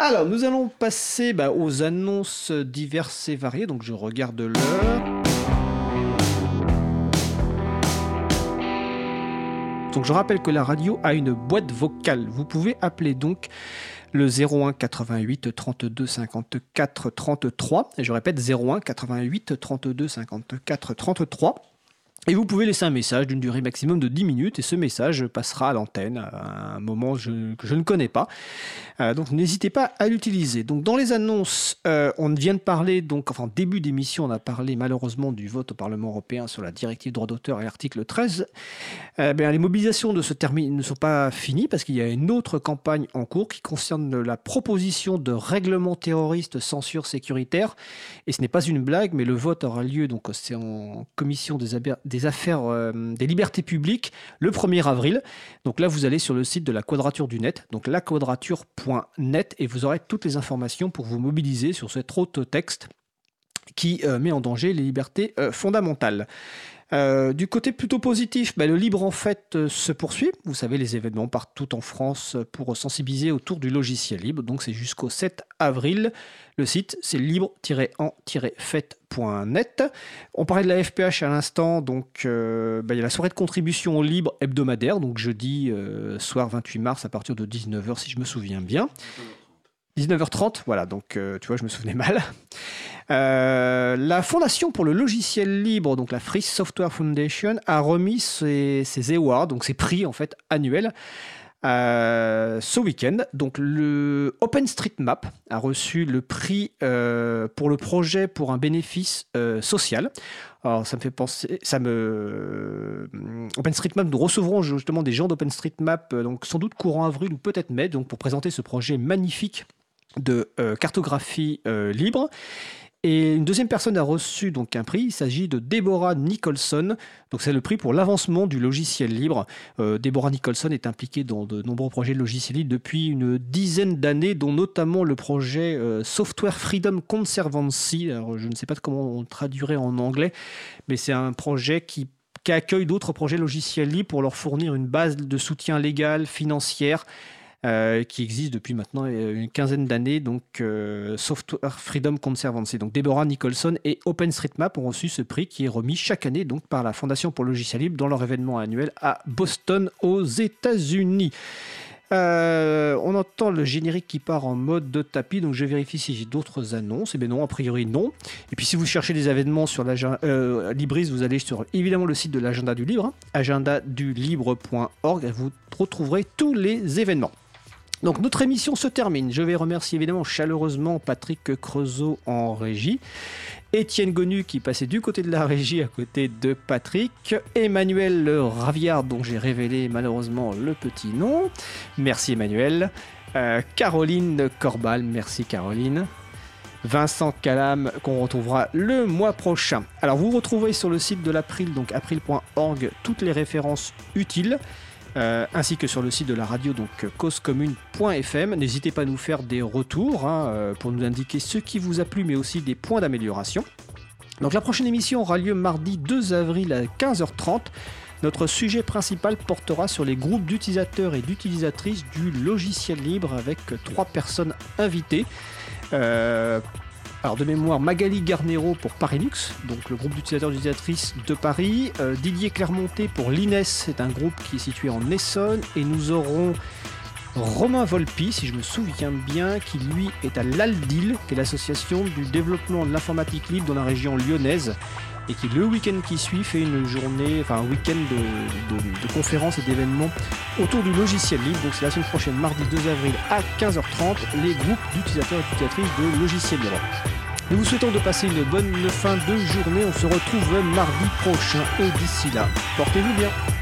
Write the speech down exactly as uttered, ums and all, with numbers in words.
Alors, nous allons passer bah, aux annonces diverses et variées. Donc, je regarde l'heure. Donc, je rappelle que la radio a une boîte vocale. Vous pouvez appeler donc le zéro un quatre-vingt-huit trente-deux cinquante-quatre trente-trois. Et je répète, zéro un quatre-vingt-huit trente-deux cinquante-quatre trente-trois. Et vous pouvez laisser un message d'une durée maximum de dix minutes et ce message passera à l'antenne à un moment je, que je ne connais pas. Euh, donc n'hésitez pas à l'utiliser. Donc dans les annonces, euh, on vient de parler, donc enfin début d'émission, on a parlé malheureusement du vote au Parlement européen sur la directive droit d'auteur et l'article treize. Euh, bien, les mobilisations de ce terme ne sont pas finies parce qu'il y a une autre campagne en cours qui concerne la proposition de règlement terroriste censure sécuritaire. Et ce n'est pas une blague, mais le vote aura lieu, donc c'est en commission des aber- des affaires euh, des libertés publiques le premier avril. Donc là, vous allez sur le site de la Quadrature du Net, donc la quadrature point net, et vous aurez toutes les informations pour vous mobiliser sur cette haute texte qui euh, met en danger les libertés euh, fondamentales. Euh, du côté plutôt positif, bah, le Libre en Fête euh, se poursuit. Vous savez, les événements partout en France pour sensibiliser autour du logiciel libre. Donc c'est jusqu'au sept avril. Le site, c'est libre tiret en tiret fête point net. On parlait de la F P H à l'instant. Donc euh, bah, il y a la soirée de contribution au libre hebdomadaire. Donc jeudi euh, soir vingt-huit mars à partir de dix-neuf heures si je me souviens bien. dix-neuf heures trente, voilà, donc euh, tu vois, je me souvenais mal. Euh, la Fondation pour le logiciel libre, donc la Free Software Foundation, a remis ses, ses awards, donc ses prix en fait annuels, euh, ce week-end. Donc le OpenStreetMap a reçu le prix euh, pour le projet pour un bénéfice euh, social. Alors ça me fait penser, ça me OpenStreetMap, nous recevrons justement des gens d'OpenStreetMap, donc sans doute courant avril ou peut-être mai, donc pour présenter ce projet magnifique de euh, cartographie euh, libre. Et une deuxième personne a reçu donc un prix, il s'agit de Deborah Nicholson, donc c'est le prix pour l'avancement du logiciel libre. Euh, Deborah Nicholson est impliquée dans de nombreux projets de logiciel libre depuis une dizaine d'années, dont notamment le projet euh, Software Freedom Conservancy. Alors, je ne sais pas comment on traduirait en anglais, mais c'est un projet qui, qui accueille d'autres projets logiciels libres pour leur fournir une base de soutien légal, financière, Euh, qui existe depuis maintenant une quinzaine d'années, donc euh, Software Freedom Conservancy. Donc Deborah Nicholson et OpenStreetMap ont reçu ce prix qui est remis chaque année donc, par la Fondation pour le logiciel libre dans leur événement annuel à Boston aux États-Unis. Euh, on entend le générique qui part en mode de tapis, donc je vérifie si j'ai d'autres annonces. Et bien non, a priori non. Et puis si vous cherchez des événements sur l'agenda euh, Libris, vous allez sur évidemment le site de l'agenda du libre, hein, agenda du libre point org, et vous retrouverez tous les événements. Donc notre émission se termine. Je vais remercier évidemment chaleureusement Patrick Creusot en régie, Étienne Gonu qui passait du côté de la régie à côté de Patrick, Emmanuel Raviard dont j'ai révélé malheureusement le petit nom. Merci Emmanuel. Euh, Caroline Corbal, merci Caroline. Vincent Calam qu'on retrouvera le mois prochain. Alors vous retrouverez sur le site de l'April, donc april point org, toutes les références utiles. Euh, ainsi que sur le site de la radio, donc cause commune point f m. N'hésitez pas à nous faire des retours hein, euh, pour nous indiquer ce qui vous a plu, mais aussi des points d'amélioration. Donc la prochaine émission aura lieu mardi deux avril à quinze heures trente. Notre sujet principal portera sur les groupes d'utilisateurs et d'utilisatrices du logiciel libre avec trois personnes invitées. Euh, Alors de mémoire, Magali Garnero pour Parinux, donc le groupe d'utilisateurs et d'utilisatrices de Paris. Euh, Didier Clermonté pour l'I N E S, c'est un groupe qui est situé en Essonne. Et nous aurons Romain Volpi, si je me souviens bien, qui lui est à l'Aldil, qui est l'association du développement de l'informatique libre dans la région lyonnaise. Et qui, le week-end qui suit, fait une journée, enfin un week-end de, de, de conférences et d'événements autour du logiciel libre. Donc c'est la semaine prochaine, mardi deux avril à quinze heures trente, les groupes d'utilisateurs et d'utilisatrices de logiciel libre. Nous vous souhaitons de passer une bonne fin de journée. On se retrouve mardi prochain et d'ici là, portez-vous bien.